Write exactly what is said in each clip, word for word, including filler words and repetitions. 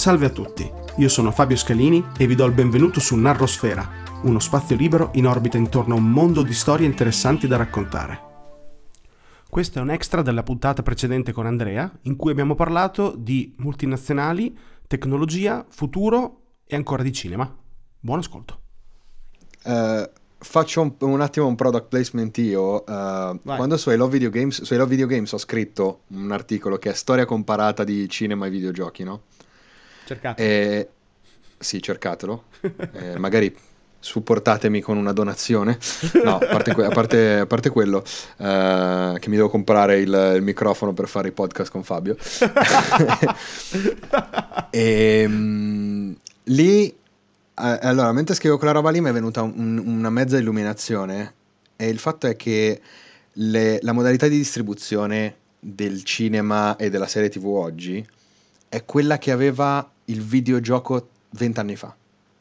Salve a tutti, io sono Fabio Scalini e vi do il benvenuto su Narrosfera, uno spazio libero in orbita intorno a un mondo di storie interessanti da raccontare. Questo è un extra della puntata precedente con Andrea, in cui abbiamo parlato di multinazionali, tecnologia, futuro e ancora di cinema. Buon ascolto. Uh, faccio un, un attimo un product placement io. Uh, quando su I Love Video Games, su I Love Video Games ho scritto un articolo che è storia comparata di cinema e videogiochi, no? Cercate. E... Sì, cercatelo. eh, magari supportatemi con una donazione. No, a parte, que- a parte, a parte quello, uh, che mi devo comprare il, il microfono per fare i podcast con Fabio. e um, lì, allora, mentre scrivo quella roba lì mi è venuta un, una mezza illuminazione, e il fatto è che le, la modalità di distribuzione del cinema e della serie tivù oggi è quella che aveva il videogioco vent'anni fa.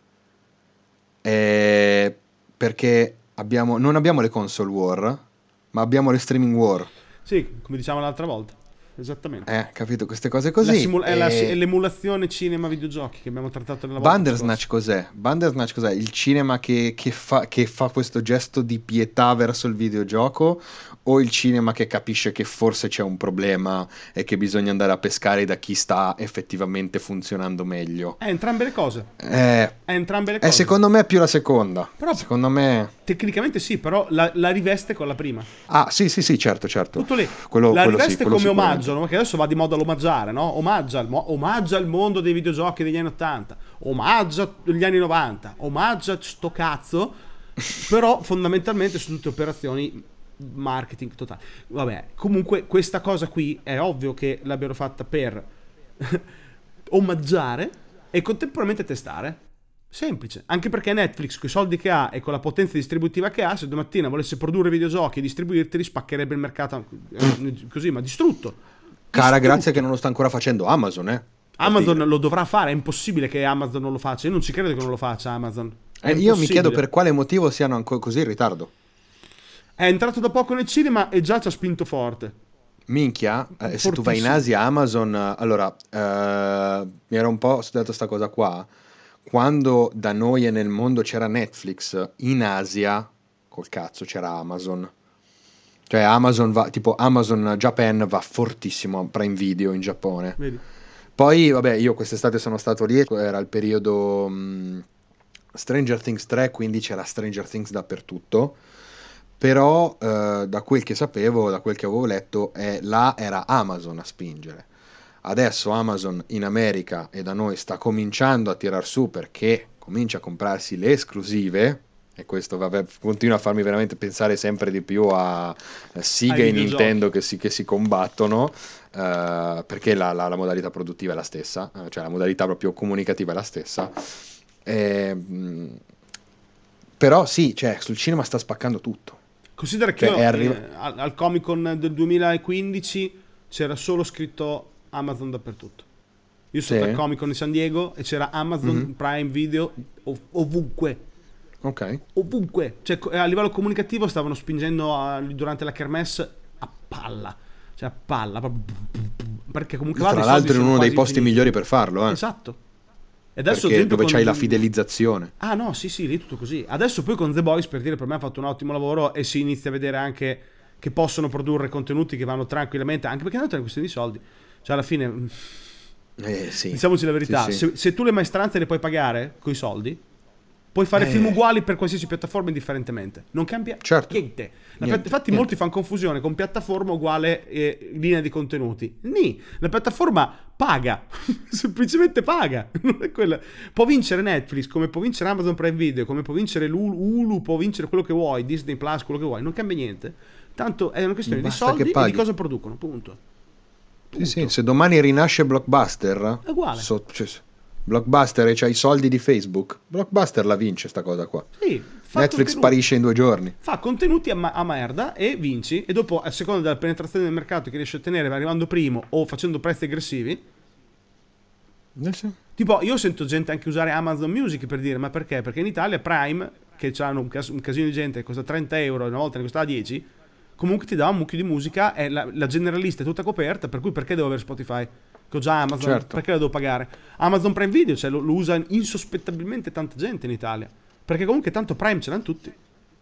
E perché abbiamo, non abbiamo le console war, ma abbiamo le streaming war. Sì, come diciamo l'altra volta. Esattamente. Eh, capito, queste cose così. La simula- e... è, la, è l'emulazione cinema-videogiochi che abbiamo trattato nella volta Bandersnatch cos'è? Bandersnatch cos'è? Il cinema che, che, fa, che fa questo gesto di pietà verso il videogioco, o il cinema che capisce che forse c'è un problema e che bisogna andare a pescare da chi sta effettivamente funzionando meglio? È entrambe le cose. Eh, è entrambe le cose. Eh, secondo me è più la seconda. Però, secondo me... Tecnicamente sì, però la, la riveste con la prima. Ah, sì, sì, sì, certo, certo. Tutto lì. Quello, la quello riveste sì, come omaggio, no? Che adesso va di moda l'omaggiare, no? Omaggia il, mo- omaggia il mondo dei videogiochi degli anni ottanta, omaggia gli anni novanta, omaggia sto cazzo, però fondamentalmente sono tutte operazioni marketing totale. Vabbè, comunque questa cosa qui è ovvio che l'abbiano fatta per omaggiare e contemporaneamente testare. Semplice, anche perché Netflix con i soldi che ha e con la potenza distributiva che ha, se domattina volesse produrre videogiochi e distribuirteli, spaccherebbe il mercato eh, così, ma distrutto. Cara, distrutto. Grazie che non lo sta ancora facendo Amazon, eh. Amazon lo dovrà fare, è impossibile che Amazon non lo faccia. Io non ci credo che non lo faccia Amazon. Eh, io mi chiedo per quale motivo siano ancora così in ritardo. È entrato da poco nel cinema e già ci ha spinto forte. Minchia, eh, se tu vai in Asia, Amazon, allora, eh, mi era un po' studiato sta cosa qua. Quando da noi e nel mondo c'era Netflix, in Asia, col cazzo, c'era Amazon. Cioè Amazon va, tipo Amazon Japan va fortissimo, Prime Video in Giappone. Vedi? Poi, vabbè, io quest'estate sono stato lì, era il periodo mh, Stranger Things tre, quindi c'era Stranger Things dappertutto. Però, eh, da quel che sapevo, da quel che avevo letto, eh, là era Amazon a spingere. Adesso Amazon in America e da noi sta cominciando a tirar su, perché comincia a comprarsi le esclusive, e questo vabbè, continua a farmi veramente pensare sempre di più a, a Sega e Nintendo che si, che si combattono, uh, perché la, la, la modalità produttiva è la stessa, uh, cioè la modalità proprio comunicativa è la stessa. E, mh, però sì, cioè, sul cinema sta spaccando tutto. Considera che cioè, io, arri- eh, al, al Comic Con del duemilaquindici c'era solo scritto Amazon dappertutto. Io sono sì. al Comic Con di San Diego e c'era Amazon mm-hmm. Prime Video ov- ovunque. Ok. Ovunque. Cioè, a livello comunicativo stavano spingendo a, durante la kermesse a palla. Cioè a palla. Perché comunque tra l'altro in uno dei posti finiti. migliori per farlo. Eh. Esatto. E adesso perché esempio, dove c'hai con... la fidelizzazione. Ah no, sì sì, lì tutto così. Adesso poi con The Boys, per dire, per me ha fatto un ottimo lavoro e si inizia a vedere anche che possono produrre contenuti che vanno tranquillamente, anche perché non è una questione di soldi. Cioè alla fine eh, sì. diciamoci la verità, sì, sì. Se, se tu le maestranze le puoi pagare coi soldi, puoi fare eh. film uguali per qualsiasi piattaforma indifferentemente, non cambia certo. niente. La niente. Infatti niente. molti fanno confusione con piattaforma uguale eh, linea di contenuti. Nì, la piattaforma paga, semplicemente paga. Non è quella. Può vincere Netflix, come può vincere Amazon Prime Video, come può vincere Hulu, può vincere quello che vuoi, Disney Plus, quello che vuoi, non cambia niente. Tanto è una questione Basta di soldi e di cosa producono, punto. Sì, sì, se domani rinasce Blockbuster, è uguale. So, cioè, Blockbuster e c'ha i soldi di Facebook, Blockbuster la vince sta cosa qua. Sì, Netflix contenuti. sparisce in due giorni. Fa contenuti a, ma- a merda e vinci, e dopo a seconda della penetrazione del mercato che riesci a ottenere arrivando primo o facendo prezzi aggressivi. Eh sì. Tipo io sento gente anche usare Amazon Music per dire, ma perché? Perché in Italia Prime, che hanno un, cas- un casino di gente che costa trenta euro e una volta ne costava dieci, comunque ti dà un mucchio di musica e la, la generalista è tutta coperta, per cui perché devo avere Spotify? che ho già Amazon, certo. Perché la devo pagare? Amazon Prime Video, cioè, lo, lo usa insospettabilmente tanta gente in Italia, perché comunque tanto Prime ce l'hanno tutti.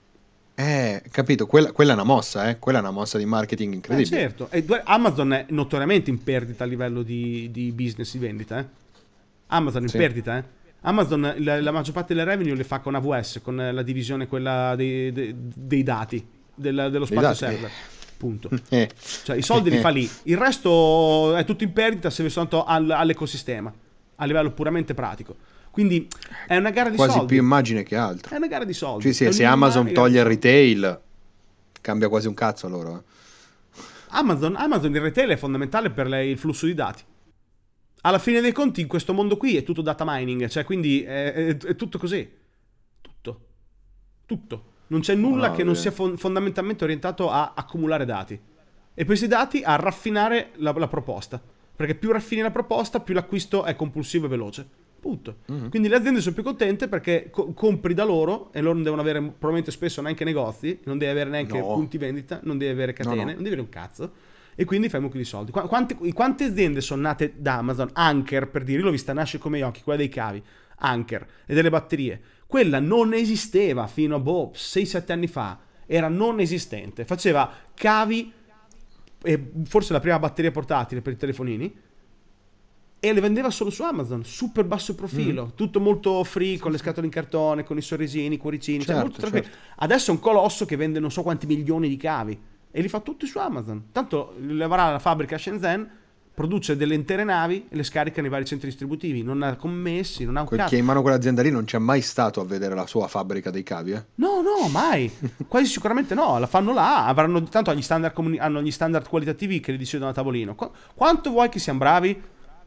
Eh, capito, quella, quella è una mossa, eh? Quella è una mossa di marketing incredibile. Eh, certo, e Amazon è notoriamente in perdita a livello di, di business, di vendita, eh? Amazon in Sì. perdita, eh? Amazon la, la maggior parte delle revenue le fa con A W S, con la divisione quella dei, dei, dei dati, del, dello spazio dati. server, punto. Eh. Cioè i soldi li fa lì, il resto è tutto in perdita se vi sono all, all'ecosistema, a livello puramente pratico. Quindi è una gara di Quasi soldi. più immagine che altro. È una gara di soldi. Sì, sì, È se una Amazon gara toglie il di soldi. retail, cambia quasi un cazzo loro. Eh. Amazon, Amazon il retail è fondamentale per lei il flusso di dati. Alla fine dei conti in questo mondo qui è tutto data mining, cioè quindi è, è, è tutto così. Tutto. Tutto. Non c'è nulla No, che non beh. sia fon- fondamentalmente orientato a accumulare dati. E questi dati a raffinare la, la proposta. Perché più raffini la proposta, più l'acquisto è compulsivo e veloce. Punto. Mm-hmm. Quindi le aziende sono più contente perché co- compri da loro e loro non devono avere probabilmente spesso neanche negozi, non devi avere neanche No. punti vendita, non devi avere catene, No, no. non devi avere un cazzo. E quindi fai un mucchio di soldi. Qu- Quante, quante aziende sono nate da Amazon? Anker, per dire, io l'ho vista nascere come gli occhi, quella dei cavi, Anker, e delle batterie. Quella non esisteva fino a boh, sei sette anni fa. Era non esistente. Faceva cavi, e forse la prima batteria portatile per i telefonini, e le vendeva solo su Amazon, super basso profilo, mm. tutto molto free, con le scatole in cartone, con i sorrisini, i cuoricini, certo, cioè molto tranquillo. Certo. Adesso è un colosso che vende non so quanti milioni di cavi e li fa tutti su Amazon. Tanto le avrà la fabbrica a Shenzhen, produce delle intere navi e le scarica nei vari centri distributivi, non ha commessi, non ha un Quel cazzo. che in mano quell'azienda lì non c'è mai stato a vedere la sua fabbrica dei cavi, eh? No, no, mai. Quasi sicuramente no, la fanno là, avranno tanto gli standard comuni- hanno gli standard qualitativi che li decidono a tavolino. Qu- quanto vuoi che siamo bravi?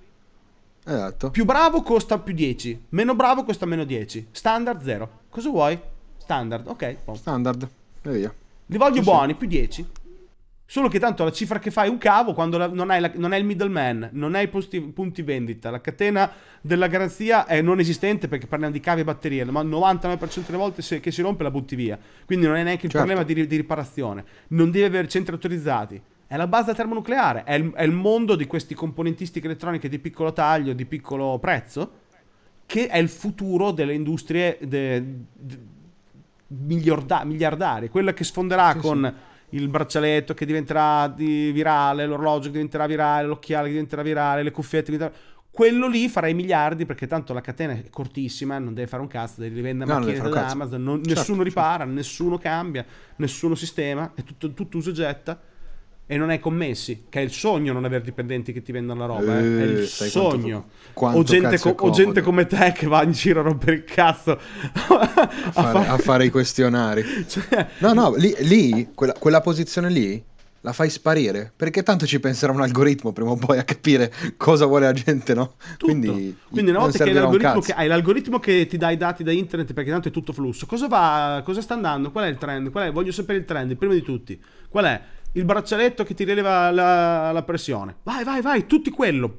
Esatto. Più bravo costa più dieci, meno bravo costa meno dieci. Standard zero. Cosa vuoi? Standard, ok. Oh. Standard, e via. Li voglio Sì, buoni, più dieci. Solo che tanto la cifra che fai è un cavo quando la, non, hai la, non hai il middleman, non hai i posti, punti vendita, la catena della garanzia è non esistente perché parliamo di cavi e batterie, ma il novantanove per cento delle volte se, che si rompe la butti via. Quindi non è neanche il certo. problema di, di riparazione. Non devi avere centri autorizzati. È la base termonucleare, è il, è il mondo di questi componentistiche elettroniche di piccolo taglio, di piccolo prezzo, che è il futuro delle industrie de, de, miliarda, miliardarie, quella che sfonderà sì, con sì. il braccialetto che diventerà di virale, l'orologio che diventerà virale, l'occhiale che diventerà virale, le cuffiette che diventerà... Quello lì farà i miliardi perché tanto la catena è cortissima, non deve fare un cazzo, devi vendere no, macchine da Amazon, non, certo, nessuno ripara, certo. nessuno cambia, nessuno sistema, è tutto, tutto usa e getta. E non hai commessi, che è il sogno non avere dipendenti che ti vendono la roba, eh. È il sogno. Quanto, quanto o, gente co- o gente come te che va in giro a rompere il cazzo a, a, fare, fare... a fare i questionari. Cioè... No, no, lì, lì quella, quella posizione lì la fai sparire, perché tanto ci penserà un algoritmo prima o poi a capire cosa vuole la gente, no? Tutto. Quindi, Quindi una volta che hai l'algoritmo, che hai l'algoritmo che ti dà i dati da internet, perché tanto è tutto flusso, cosa va, cosa sta andando, qual è il trend, qual è? Voglio sapere il trend, prima di tutti, qual è? Il braccialetto che ti rileva la, la pressione, vai vai vai, tutti quello,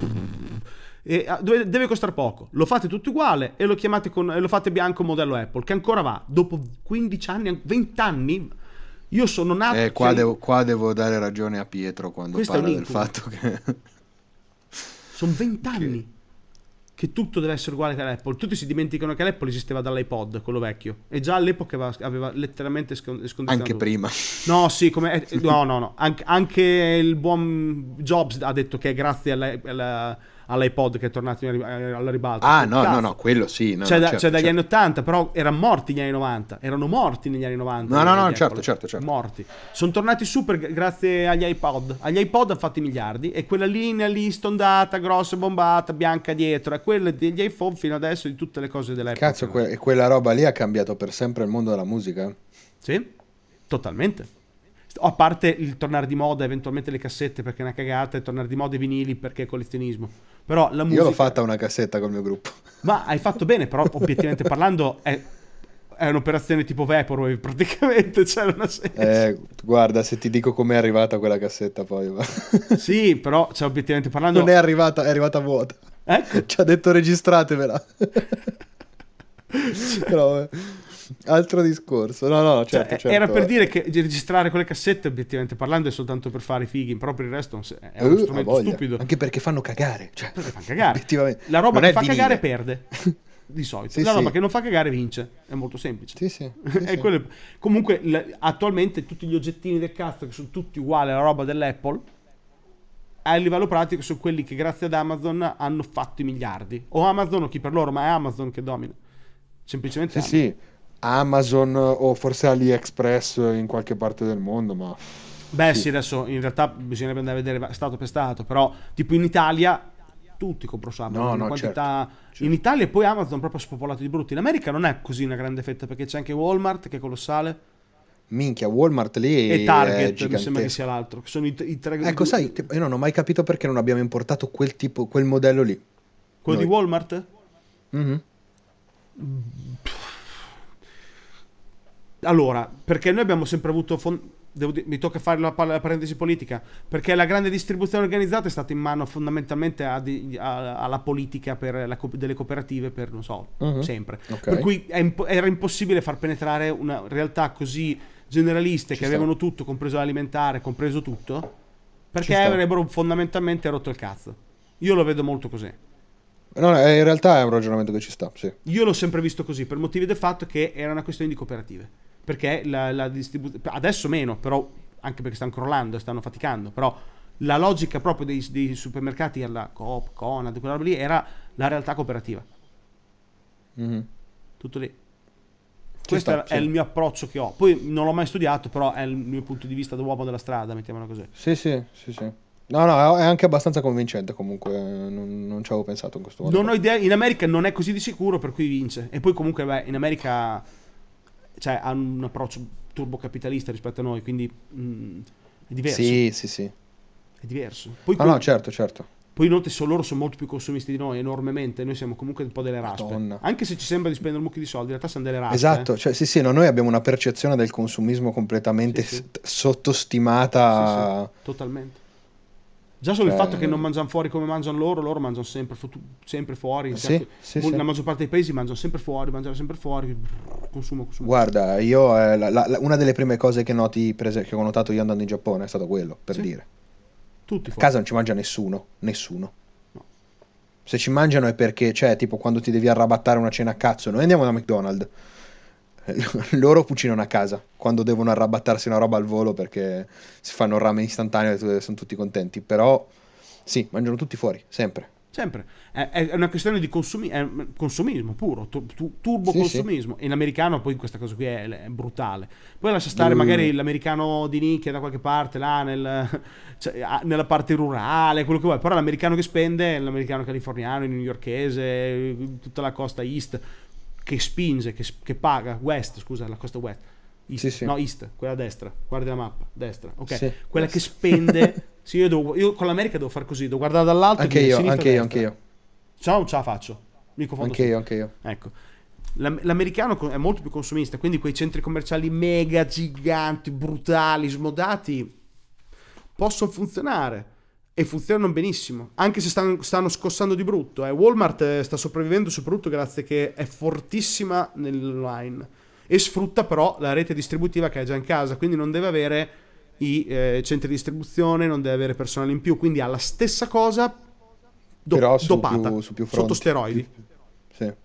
e deve costare poco, lo fate tutto uguale e lo chiamate con, e lo fate bianco modello Apple, che ancora va dopo quindici anni, venti anni. Io sono nato eh, qua, cioè, devo, qua devo dare ragione a Pietro quando parla del fatto che sono vent'anni che... che tutto deve essere uguale che l'Apple. Tutti si dimenticano che l'Apple esisteva dall'iPod, quello vecchio, e già all'epoca aveva, aveva letteralmente scondizionato anche tutto. prima. No, sì, come no, no, no. Anche, anche il buon Jobs ha detto che è grazie alla, alla, all'iPod che è tornato alla ribalta. Ah, no, no, no, quello sì. No, cioè, no, da, certo, cioè dagli certo. anni ottanta, però erano morti negli anni novanta. Erano morti negli anni novanta. No, no, no, certo, certo, certo. Morti. Sono tornati super grazie agli iPod. Agli iPod hanno fatto i miliardi. E quella linea lì stondata, grossa, bombata, bianca dietro, è quella degli iPhone fino adesso, di tutte le cose dell'Apple. Cazzo, que- quella roba lì ha cambiato per sempre il mondo della musica? Sì, totalmente. A parte il tornare di moda, eventualmente le cassette perché è una cagata, e tornare di moda i vinili perché è collezionismo. Però la musica... Io l'ho fatta una cassetta col mio gruppo. Ma hai fatto bene, però obiettivamente parlando è, è un'operazione tipo Vaporwave praticamente, c'è una eh, guarda, se ti dico com'è arrivata quella cassetta poi va. Sì, però cioè, obiettivamente parlando non è arrivata, è arrivata vuota. Ecco. Ci ha detto registratevela. Però, altro discorso. No, no, certo, Cioè, certo. era per dire che registrare quelle cassette, obiettivamente parlando, è soltanto per fare i fighi, però per il resto non se- è uno Uh, ha strumento voglia. stupido. Anche perché fanno cagare. Cioè, Perché fa cagare. obiettivamente. La roba Non che è fa vinile. cagare perde. Di solito. Sì, La roba sì. che non fa cagare vince. È molto semplice. Sì, sì, sì, È sì. quello- Comunque, l- attualmente tutti gli oggettini del cazzo, che sono tutti uguali alla roba dell'Apple, a livello pratico sono quelli che grazie ad Amazon hanno fatto i miliardi. O Amazon o chi per loro, ma è Amazon che domina. Semplicemente Sì, Amazon. sì. Amazon o forse AliExpress in qualche parte del mondo, ma Beh, sì, sì. adesso in realtà bisognerebbe andare a vedere stato per stato, però tipo in Italia tutti comprano su Amazon, No, una no, quantità certo, certo. in Italia, e poi Amazon proprio spopolato di brutti. In America non è così una grande fetta perché c'è anche Walmart che è colossale Minchia, Walmart e lì è Target, mi sembra che sia gigantesco. l'altro, che sono i, i tre i Ecco, due- sai, che io non ho mai capito perché non abbiamo importato quel tipo, quel modello lì. quello di Noi. Walmart. Mhm. Allora, perché noi abbiamo sempre avuto fon- devo di- mi tocca fare la, pa- la parentesi politica, perché la grande distribuzione organizzata è stata in mano fondamentalmente a di- a- alla politica per la co- delle cooperative per, non so, Mhm. sempre. Ok. Per cui è impo- era impossibile far penetrare una realtà così generaliste Ci che sta. avevano tutto, compreso l'alimentare, compreso tutto, perché Ci sta. avrebbero fondamentalmente rotto il cazzo. Io lo vedo molto così. No, no, eh, in realtà è un ragionamento che ci sta, sì. Io l'ho sempre visto così, per motivi del fatto che era una questione di cooperative. Perché la, la distribuzione. Adesso meno, però, anche perché stanno crollando e stanno faticando. Però la logica proprio dei, dei supermercati alla Coop, Conad, quella roba lì, era la realtà cooperativa. Mhm. Tutto lì. Ci Questo sta, è, è sì. il mio approccio che ho. Poi non l'ho mai studiato, però è il mio punto di vista dell'uomo della strada, mettiamola così. Sì, sì, sì, sì. No, no, è anche abbastanza convincente comunque, non, non ci avevo pensato in questo modo Non qua. ho idea, in America non è così di sicuro, per cui vince. E poi comunque, beh, in America cioè, hanno un approccio turbocapitalista rispetto a noi, quindi mm, è diverso. Sì, sì, sì. È diverso. Poi, No, no, quel- certo, certo. poi inoltre so- loro sono molto più consumisti di noi, enormemente. Noi siamo comunque un po' delle raspe. Madonna. Anche se ci sembra di spendere un mucchio di soldi, in realtà siamo delle raspe. Esatto, eh. cioè sì, sì, no, noi abbiamo una percezione del consumismo Sì, completamente sì. s- Sì, sì, sottostimata. totalmente. Già solo il fatto che non Cioè, mangiano fuori come mangiano loro, loro mangiano sempre, fu- sempre fuori. in sì, sacco- sì, mo- sì. La maggior parte dei paesi mangiano sempre fuori, mangiano sempre fuori. Brrr, consumo, consumo. Guarda, io eh, la- la- la- una delle prime cose che noti, per esempio, che ho notato io andando in Giappone è stato quello, per Sì, dire. tutti A fuori. casa non ci mangia nessuno, nessuno. No. Se ci mangiano è perché, cioè, tipo quando ti devi arrabattare una cena a cazzo, noi andiamo da McDonald's, eh, loro cucinano a casa, quando devono arrabattarsi una roba al volo perché si fanno il ramen istantaneo e tu- sono tutti contenti, però sì, mangiano tutti fuori, sempre. Sempre. È, è una questione di consumi- è un consumismo puro, tu- tu- turbo Sì, sì. consumismo. In americano poi questa cosa qui è, è brutale. Poi lascia stare Uh, magari l'americano di nicchia da qualche parte, là nel- cioè, ah, nella parte rurale, quello che vuoi. Però l'americano che spende è l'americano californiano, il newyorkese, tutta la costa east, che spinge, che, che paga, west, scusa, la costa west. sì, East, sì, no, east, quella a destra, guardi la mappa, destra, ok, sì, quella che yes. spende. Sì, io, devo- io con l'America devo fare così, devo guardare dall'alto e Anche dire io, sinistra anche e io, anche destra. io, Se no non ce la faccio, mi confondo anche io, sempre. anche io. Ecco, L'am- l'americano co- è molto più consumista, quindi quei centri commerciali mega giganti, brutali, smodati, possono funzionare e funzionano benissimo, anche se stanno, stanno scossando di brutto. Eh. Walmart eh, sta sopravvivendo soprattutto grazie che è fortissima nell'online e sfrutta però la rete distributiva che ha già in casa, quindi non deve avere i eh, centri di distribuzione, non deve avere personale in più, quindi ha la stessa cosa do- Però su dopata, più, su più sotto fronti. steroidi. Più- sì.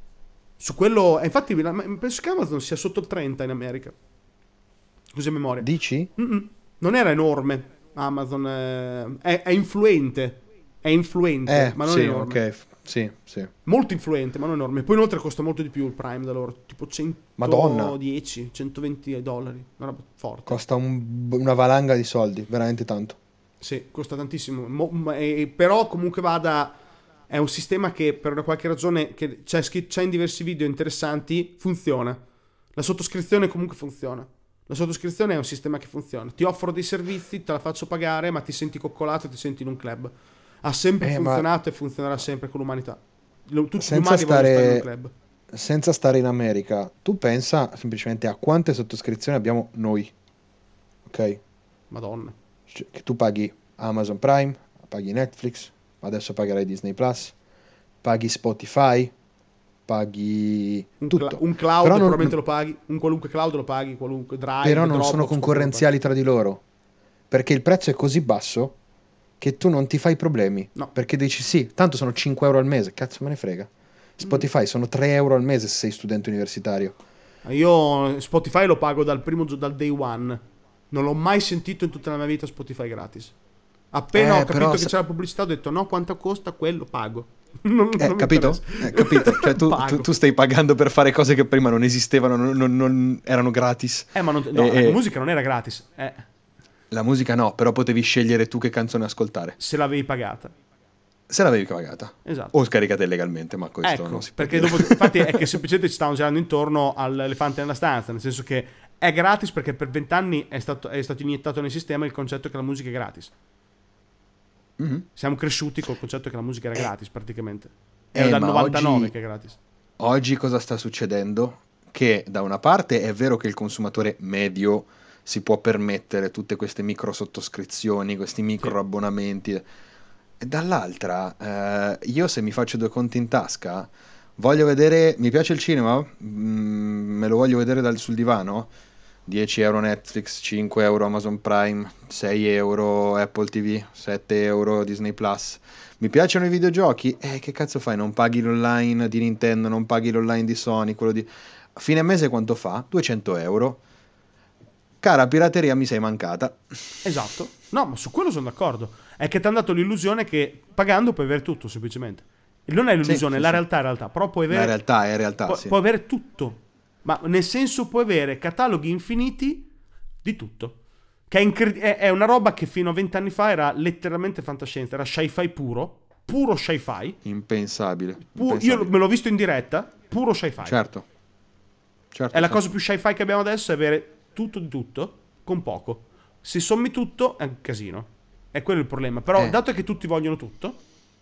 Su quello, e infatti la- penso che Amazon sia sotto il trenta in America, così a memoria. Dici? Mm-mm. Non era enorme Amazon, eh, è, è influente, è influente, Eh, ma non è sì, enorme. ok, f- sì, sì. Molto influente, ma non enorme. Poi inoltre costa molto di più il Prime da loro, tipo Madonna, centodieci, centoventi dollari, una roba forte. costa un- una valanga di soldi, veramente tanto. Sì, costa tantissimo. Mo- ma- e- però comunque vada, è un sistema che per una qualche ragione, che c'è, scri- c'è in diversi video interessanti, funziona. La sottoscrizione comunque funziona. La sottoscrizione è un sistema che funziona. Ti offro dei servizi, te la faccio pagare, ma ti senti coccolato e ti senti in un club. Ha sempre Eh, ma funzionato e funzionerà sempre con l'umanità. Lo- Tutti gli senza umani vogliono stare in un stare, club. senza stare in America, tu pensa semplicemente a quante sottoscrizioni abbiamo noi, ok? Madonna. Cioè, che tu paghi Amazon Prime, paghi Netflix, adesso pagherai Disney Plus, paghi Spotify, paghi un, tutto. cl- un cloud Però non, probabilmente lo paghi, un qualunque cloud lo paghi, qualunque drive, però non Dropbox, sono concorrenziali tra di loro, perché il prezzo è così basso che tu non ti fai problemi, no, perché dici sì, tanto sono cinque euro al mese, cazzo me ne frega. Spotify mm. sono tre euro al mese se sei studente universitario. Io Spotify lo pago dal primo dal day one, non l'ho mai sentito in tutta la mia vita Spotify gratis. Appena eh, ho capito però, che se... c'era la pubblicità ho detto no, quanto costa quello pago. Non, eh, non capito? Eh, capito? Cioè, tu, tu, tu stai pagando per fare cose che prima non esistevano, non, non, non erano gratis. Eh, ma non, no, e, la e... musica non era gratis. Eh. La musica no, però potevi scegliere tu che canzone ascoltare. Se l'avevi pagata. Se l'avevi pagata. Esatto. O scaricata illegalmente, ma questo ecco, non si può perché dire. dopo, infatti è che semplicemente ci stavano girando intorno all'elefante nella stanza, nel senso che è gratis perché per vent'anni è stato, è stato iniettato nel sistema il concetto che la musica è gratis. Mm-hmm. Siamo cresciuti col concetto che la musica era gratis praticamente. È eh, dal novantanove oggi, che è gratis. Oggi cosa sta succedendo? Che da una parte è vero che il consumatore medio si può permettere tutte queste micro sottoscrizioni, questi micro sì. abbonamenti, e dall'altra eh, io se mi faccio due conti in tasca voglio vedere, mi piace il cinema, mm, me lo voglio vedere dal, sul divano, dieci euro Netflix, cinque euro Amazon Prime, sei euro Apple T V, sette euro Disney Plus. Mi piacciono i videogiochi? Eh, che cazzo fai? Non paghi l'online di Nintendo, non paghi l'online di Sony, quello di... A fine mese quanto fa? duecento euro. Cara pirateria, mi sei mancata. Esatto. No, ma su quello sono d'accordo. È che ti hanno dato l'illusione che pagando puoi avere tutto, semplicemente. E non è l'illusione, sì, è la sì, realtà, in realtà. Però puoi avere... La realtà è realtà, pu- sì. Puoi avere tutto. Ma nel senso puoi avere cataloghi infiniti di tutto. Che è, incred- è una roba che fino a vent'anni fa era letteralmente fantascienza, era sci-fi puro, puro sci-fi. Impensabile. Pu- impensabile. Io me l'ho visto in diretta, puro sci-fi. Certo. certo è la certo. cosa più sci-fi che abbiamo adesso, è avere tutto di tutto, con poco. Se sommi tutto, è un casino. È quello il problema. Però, eh. dato che tutti vogliono tutto,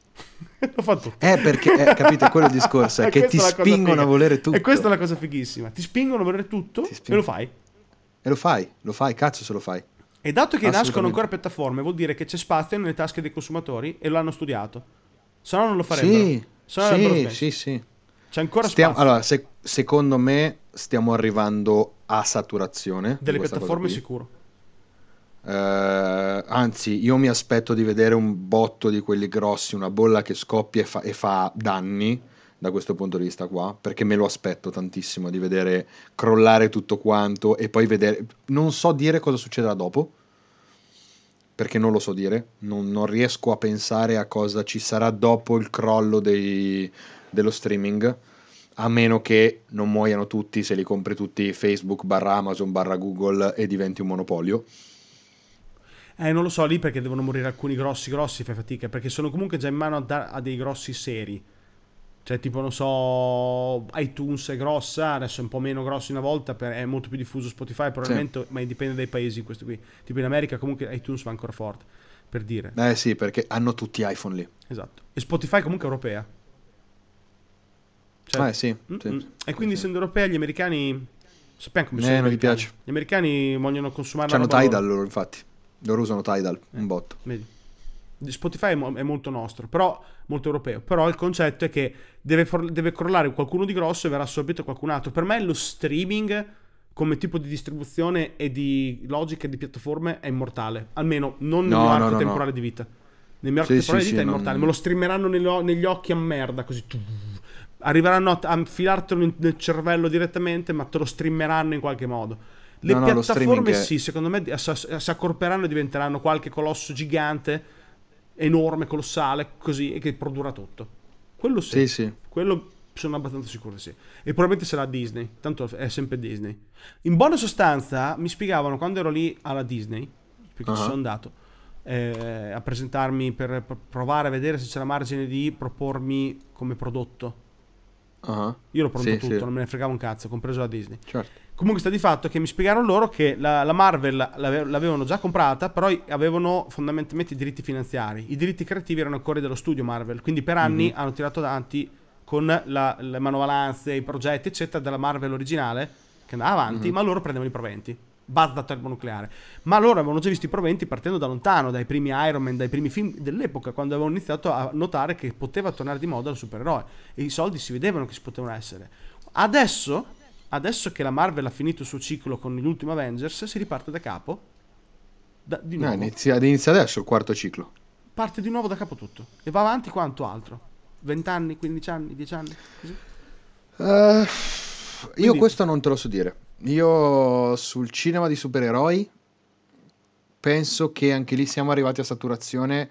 lo fa tutto. Eh, perché, eh, capite, quello è il discorso, è che ti spingono a volere tutto. E questa è la cosa fighissima. Ti spingono a volere tutto e lo fai. E lo fai, lo fai, cazzo se lo fai. E dato che nascono ancora piattaforme, vuol dire che c'è spazio nelle tasche dei consumatori e lo hanno studiato. Se no non lo farebbero. Sì, sì, sì, sì. C'è ancora stiamo, spazio. Allora, se, secondo me stiamo arrivando a saturazione. Delle piattaforme sicuro. Uh, anzi, io mi aspetto di vedere un botto di quelli grossi, una bolla che scoppia e fa, e fa danni da questo punto di vista qua, perché me lo aspetto tantissimo di vedere crollare tutto quanto e poi vedere, non so dire cosa succederà dopo, perché non lo so dire, non, non riesco a pensare a cosa ci sarà dopo il crollo dei, dello streaming, a meno che non muoiano tutti se li compri tutti Facebook barra Amazon barra Google e diventi un monopolio. Eh, non lo so lì, perché devono morire alcuni grossi grossi, fai fatica, perché sono comunque già in mano a, da- a dei grossi seri. Cioè tipo, non so, iTunes è grossa, adesso è un po' meno grossa una volta, per, è molto più diffuso Spotify probabilmente, sì. Ma dipende dai paesi questo qui. Tipo in America comunque iTunes va ancora forte, per dire. Eh sì, perché hanno tutti iPhone lì. Esatto. E Spotify comunque è europea. Cioè, ah, eh sì, sì. E quindi sì. Essendo europea gli americani... Sappiamo come eh, sono non gli piace. Gli americani vogliono consumare C'hanno la roba Tidal loro. loro, infatti. Loro usano Tidal, eh, un botto. Vedi. Spotify è, mo- è molto nostro, però molto europeo. Però il concetto è che deve, for- deve crollare qualcuno di grosso e verrà assorbito qualcun altro. Per me lo streaming come tipo di distribuzione e di logica di piattaforme è immortale. Almeno non nel no, mio arco no, no, temporale no. di vita. Nel mio arco sì, temporale sì, di vita sì, è immortale. non... Me lo streameranno negli, negli occhi a merda, così. Arriveranno a, a infilartelo nel cervello direttamente, ma te lo streameranno in qualche modo. Le no, no, piattaforme è... sì, secondo me si accorperanno e diventeranno qualche colosso gigante, enorme, colossale, così, e che produrrà tutto. Quello sì, sì, sì. Quello sono abbastanza sicuro, sì. E probabilmente sarà Disney, tanto è sempre Disney. In buona sostanza mi spiegavano quando ero lì alla Disney, perché uh-huh. ci sono andato eh, a presentarmi per, per provare a vedere se c'era margine di propormi come prodotto. Uh-huh. Io l'ho pronto sì, tutto, sì. non me ne fregavo un cazzo, compreso la Disney. Certo. Comunque sta di fatto che mi spiegarono loro che la, la Marvel l'ave, l'avevano già comprata, però avevano fondamentalmente i diritti finanziari. I diritti creativi erano ancora dello studio Marvel, quindi per anni mm-hmm. hanno tirato avanti con la, le manovalanze, i progetti eccetera della Marvel originale che andava avanti, mm-hmm. ma loro prendevano i proventi. base da termonucleare, ma loro avevano già visto i proventi partendo da lontano, dai primi Iron Man, dai primi film dell'epoca, quando avevano iniziato a notare che poteva tornare di moda il supereroe e i soldi si vedevano che si potevano essere. Adesso, adesso che la Marvel ha finito il suo ciclo con gli ultimi Avengers, si riparte da capo, da, di nuovo. No, inizia, inizia adesso il quarto ciclo. Parte di nuovo da capo tutto e va avanti quanto altro? venti anni, quindici anni, dieci anni? Così? Uh, io Quindi, questo non te lo so dire. Io sul cinema di supereroi penso che anche lì siamo arrivati a saturazione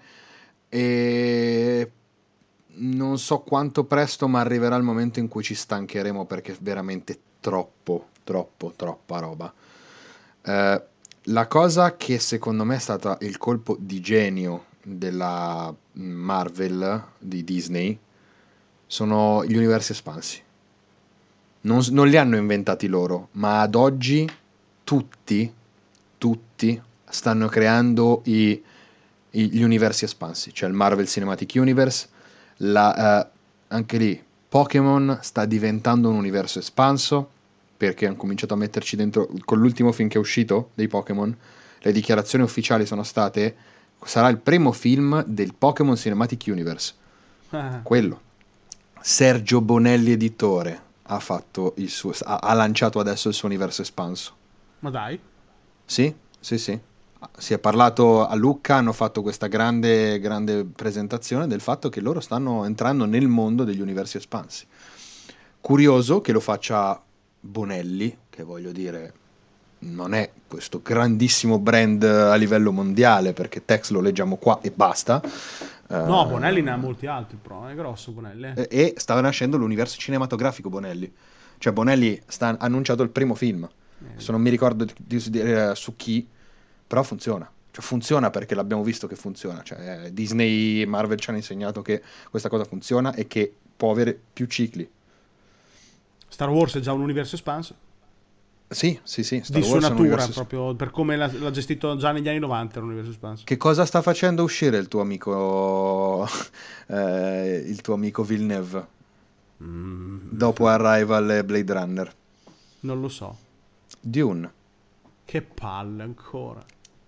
e non so quanto presto, ma arriverà il momento in cui ci stancheremo perché è veramente troppo, troppo, troppa roba. Uh, la cosa che secondo me è stata il colpo di genio della Marvel di Disney sono gli universi espansi. Non, non li hanno inventati loro, ma ad oggi tutti, tutti stanno creando i, i, gli universi espansi, cioè il Marvel Cinematic Universe, la, eh, anche lì Pokémon sta diventando un universo espanso, perché hanno cominciato a metterci dentro, con l'ultimo film che è uscito dei Pokémon, le dichiarazioni ufficiali sono state, sarà il primo film del Pokémon Cinematic Universe, ah, quello. Sergio Bonelli editore ha fatto il suo, ha, ha lanciato adesso il suo universo espanso. ma dai, Sì, sì, sì. Si è parlato a Lucca, hanno fatto questa grande, grande presentazione del fatto che loro stanno entrando nel mondo degli universi espansi. Curioso che lo faccia Bonelli, che voglio dire non è questo grandissimo brand a livello mondiale, perché Tex lo leggiamo qua e basta. no, Bonelli ne ha Uh, molti altri, però è grosso Bonelli, eh. e, e stava nascendo l'universo cinematografico Bonelli. Cioè Bonelli sta ha annunciato il primo film. Adesso non mi ricordo di, di, di, eh, su chi, però funziona. Cioè funziona perché l'abbiamo visto che funziona. Cioè, Disney e Marvel ci hanno insegnato che questa cosa funziona e che può avere più cicli. Star Wars è già un universo espanso Sì, sì, sì. Star di sua Wars è un natura, universo... proprio per come l'ha, l'ha gestito già negli anni novanta, era un universo espanso. Che cosa sta facendo uscire il tuo amico eh, il tuo amico Villeneuve Mm, dopo Arrival e Blade Runner? non lo so. Dune. Che palle ancora.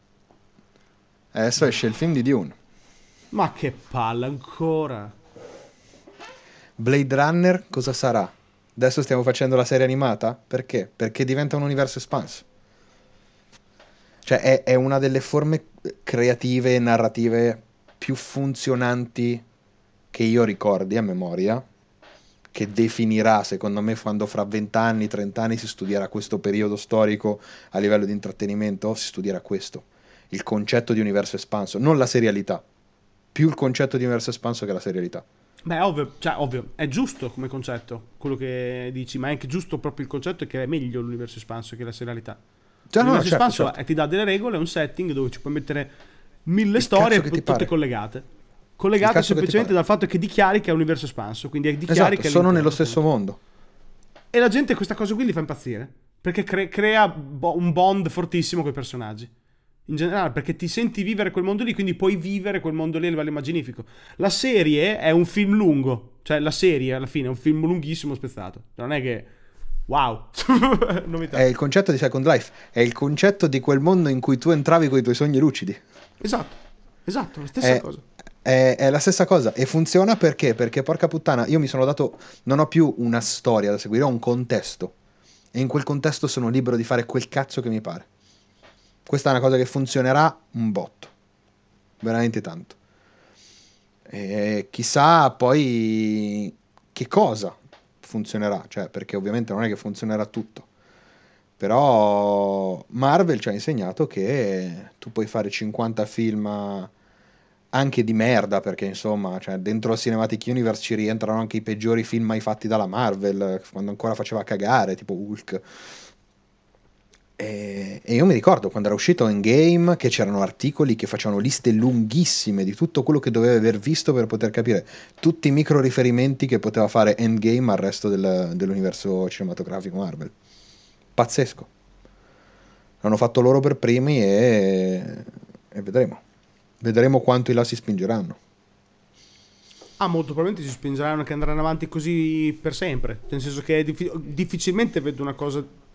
Adesso esce il film di Dune. Ma che palle ancora. Blade Runner cosa sarà? Adesso stiamo facendo la serie animata? Perché? Perché diventa un universo espanso. Cioè è, è una delle forme creative e narrative più funzionanti che io ricordi a memoria, che definirà, secondo me, quando fra venti anni, trenta anni si studierà questo periodo storico a livello di intrattenimento, si studierà questo, il concetto di universo espanso, non la serialità, più il concetto di universo espanso che la serialità. Beh, ovvio, cioè, ovvio, è giusto come concetto, quello che dici, ma è anche giusto proprio il concetto è che è meglio l'universo espanso che la serialità. Cioè, no, L'universo certo, espanso certo. è- ti dà delle regole, un setting dove ci puoi mettere mille Il storie cazzo che ti tutte pare. collegate. Il Collegate cazzo che ti semplicemente pare. dal fatto che dichiari che è un universo espanso, quindi dichiari Esatto, che è sono all'interno, nello stesso appunto. mondo. E la gente questa cosa qui li fa impazzire, perché cre- crea bo- un bond fortissimo con i personaggi. In generale, perché ti senti vivere quel mondo lì, quindi puoi vivere quel mondo lì a livello immaginifico. La serie è un film lungo, cioè la serie alla fine è un film lunghissimo spezzato. Non è che wow, novità. È il concetto di Second Life, è il concetto di quel mondo in cui tu entravi con i tuoi sogni lucidi. Esatto, esatto, la stessa È, cosa. è- è la stessa cosa e funziona perché? Perché porca puttana, io mi sono dato, non ho più una storia da seguire, ho un contesto e in quel contesto sono libero di fare quel cazzo che mi pare. Questa è una cosa che funzionerà un botto, veramente tanto. E chissà poi che cosa funzionerà, cioè perché ovviamente non è che funzionerà tutto. Però Marvel ci ha insegnato che tu puoi fare cinquanta film anche di merda, perché insomma, cioè, dentro il Cinematic Universe ci rientrano anche i peggiori film mai fatti dalla Marvel, quando ancora faceva cagare, tipo Hulk. E, e io mi ricordo quando era uscito Endgame che c'erano articoli che facevano liste lunghissime di tutto quello che dovevi aver visto per poter capire tutti i micro riferimenti che poteva fare Endgame al resto del- dell'universo cinematografico Marvel. Pazzesco. L'hanno fatto loro per primi e, e vedremo. Vedremo quanto in là si spingeranno. Ah, molto probabilmente si spingeranno che andranno avanti così per sempre. Nel senso che è diffi- difficilmente vedo una cosa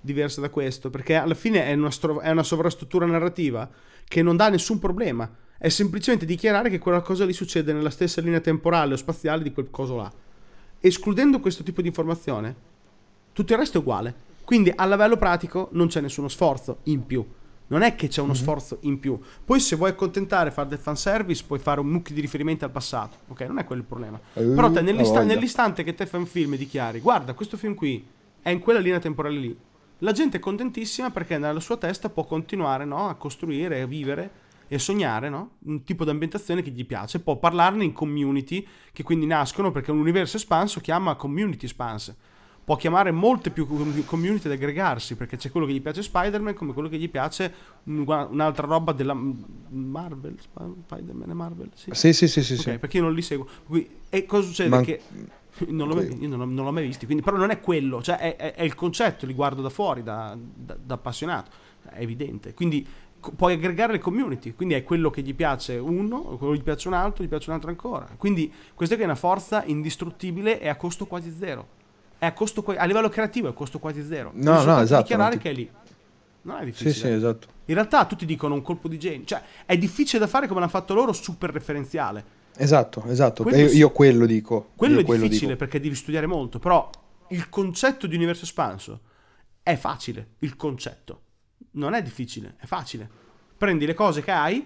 diversa da questo, perché alla fine è una, stro- è una sovrastruttura narrativa che non dà nessun problema, è semplicemente dichiarare che quella cosa lì succede nella stessa linea temporale o spaziale di quel coso là. Escludendo questo tipo di informazione, tutto il resto è uguale, quindi a livello pratico non c'è nessuno sforzo in più. Non è che c'è uno mm-hmm. sforzo in più. Poi se vuoi accontentare, fare del fanservice, puoi fare un mucchio di riferimenti al passato. Ok, non è quello il problema. Uh, Però te nell'ista- nell'istante che te fai un film e dichiari guarda, questo film qui è in quella linea temporale lì, la gente è contentissima perché nella sua testa può continuare, no, a costruire, a vivere e sognare, no, un tipo di ambientazione che gli piace. Può parlarne in community che quindi nascono perché un universo espanso chiama community espanse. Può chiamare molte più community ad aggregarsi perché c'è quello che gli piace Spider-Man come quello che gli piace un'altra roba della Marvel. Spider-Man e Marvel, sì, sì, sì, sì, sì, okay, sì. Perché io non li seguo. E cosa succede? Ma... che non l'ho, io non, non l'ho mai visti, quindi, però non è quello, cioè è, è, è il concetto, li guardo da fuori da, da, da appassionato, è evidente. Quindi puoi aggregare le community, quindi è quello che gli piace uno, quello che gli piace un altro, gli piace un altro ancora. Quindi questa è una forza indistruttibile e a costo quasi zero. È a costo a livello creativo è a costo quasi zero. No, no, esatto. Dichiarare ti... che è lì. Non è difficile. Sì, sì, esatto. In realtà tutti dicono un colpo di genio, cioè è difficile da fare come l'hanno fatto loro, super referenziale. Esatto, esatto. Quello io, sì. io quello dico. Quello io è quello difficile dico. perché devi studiare molto, però il concetto di universo espanso è facile, il concetto. Non è difficile, è facile. Prendi le cose che hai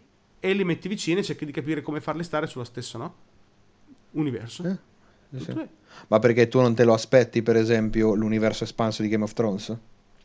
e le metti vicine e cerchi di capire come farle stare sulla stessa, no? Universo. Eh. Sì. Ma perché tu non te lo aspetti, per esempio, l'universo espanso di Game of Thrones?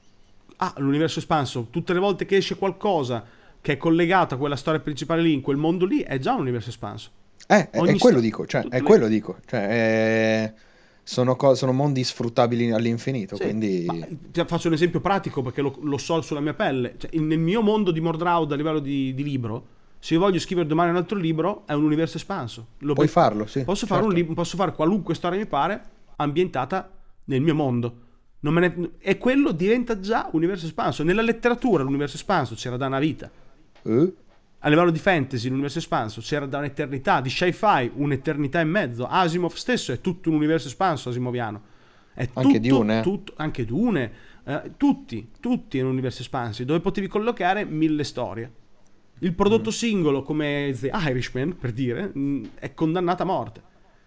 Ah, l'universo espanso, tutte le volte che esce qualcosa che è collegato a quella storia principale lì, in quel mondo lì, è già un universo espanso. Eh, è, è quello sta- dico, cioè, è le... quello dico, cioè, è... sono, co- sono mondi sfruttabili all'infinito, sì, quindi... Ma, faccio un esempio pratico perché lo, lo so sulla mia pelle, cioè, nel mio mondo di Mordraud a livello di, di libro, se io voglio scrivere domani un altro libro, è un universo espanso. Lo Puoi be- farlo, sì. Posso, certo. fare un libro, posso fare qualunque storia mi pare, ambientata nel mio mondo. Non me ne... E quello diventa già universo espanso. Nella letteratura l'universo espanso c'era da una vita. Uh. A livello di fantasy l'universo espanso c'era da un'eternità. Di sci-fi un'eternità e mezzo. Asimov stesso è tutto un universo espanso asimoviano. È tutto, anche Dune. Tutto, anche Dune. Eh, tutti, tutti in universo espansi, dove potevi collocare mille storie. Il prodotto mm. singolo come The Irishman, per dire, mh, è condannato a morte.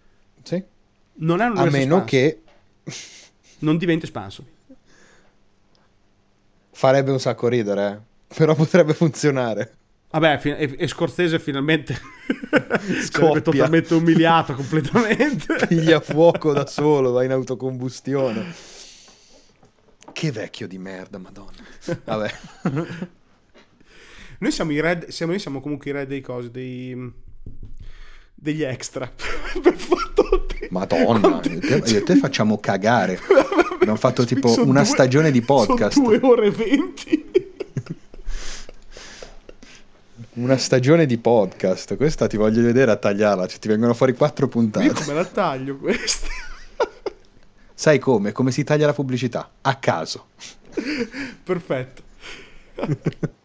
Sì. Non è un a meno espanso. Che non diventa espanso. Farebbe un sacco ridere, eh? Però potrebbe funzionare. Vabbè, e, e Scorsese finalmente sarebbe totalmente umiliato completamente. Piglia fuoco da solo, va in autocombustione. Che vecchio di merda, madonna. Vabbè. Noi siamo i re, siamo, noi siamo comunque i re dei cosi, dei, degli extra. Per tutti. Madonna, io te, io e te facciamo cagare. Abbiamo fatto tipo sono una due, stagione di podcast. Sono due ore e venti. Una stagione di podcast. Questa ti voglio vedere a tagliarla. Cioè, ti vengono fuori quattro puntate. Io come la taglio questa? Sai come? Come si taglia la pubblicità? A caso. Perfetto.